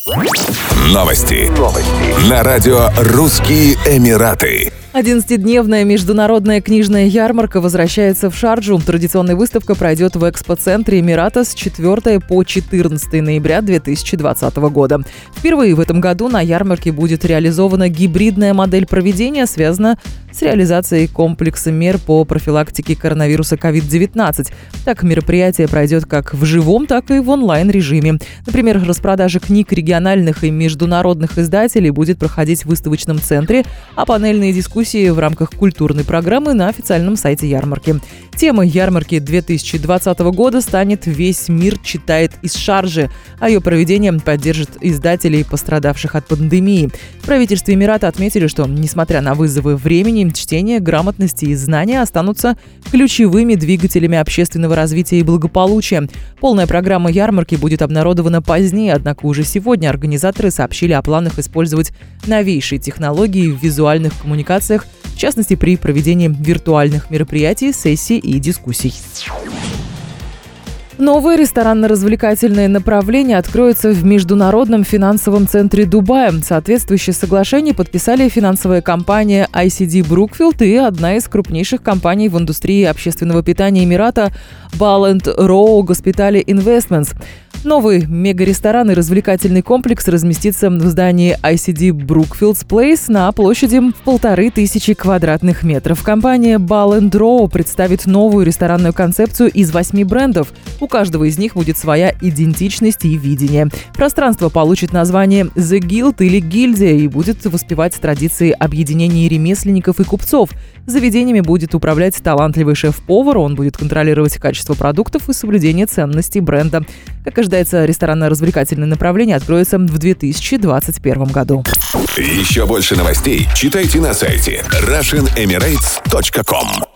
Новости. На радио «Русские Эмираты». 11-дневная международная книжная ярмарка возвращается в Шарджу. Традиционная выставка пройдет в экспоцентре Эмирата с 4 по 14 ноября 2020 года. Впервые в этом году на ярмарке будет реализована гибридная модель проведения, связанная с реализацией комплекса мер по профилактике коронавируса COVID-19. Так, мероприятие пройдет как в живом, так и в онлайн-режиме. Например, распродажа книг региональных и международных издателей будет проходить в выставочном центре, а панельные дискуссии в рамках культурной программы на официальном сайте ярмарки. Темой ярмарки 2020 года станет «Весь мир читает из Шарджи», а ее проведение поддержит издателей, пострадавших от пандемии. В правительстве Эмирата отметили, что, несмотря на вызовы времени, чтение, грамотности и знания останутся ключевыми двигателями общественного развития и благополучия. Полная программа ярмарки будет обнародована позднее, однако уже сегодня организаторы сообщили о планах использовать новейшие технологии в визуальных коммуникациях, в частности, при проведении виртуальных мероприятий, сессий и дискуссий. Новое ресторанно-развлекательное направление откроется в Международном финансовом центре Дубая. Соответствующее соглашение подписали финансовая компания ICD Brookfield и одна из крупнейших компаний в индустрии общественного питания Эмирата Ball & Row Hospitality Investments. Новый мега-ресторан и развлекательный комплекс разместится в здании ICD Brookfield's Place на площади в 1500 квадратных метров. Компания Ball & Row представит новую ресторанную концепцию из 8 брендов. У каждого из них будет своя идентичность и видение. Пространство получит название The Guild или Гильдия и будет воспевать традиции объединения ремесленников и купцов. Заведениями будет управлять талантливый шеф-повар, он будет контролировать качество продуктов и соблюдение ценностей бренда. Как ожидается, ресторанно-развлекательное направление откроется в 2021 году. Еще больше новостей читайте на сайте RussianEmirates.com.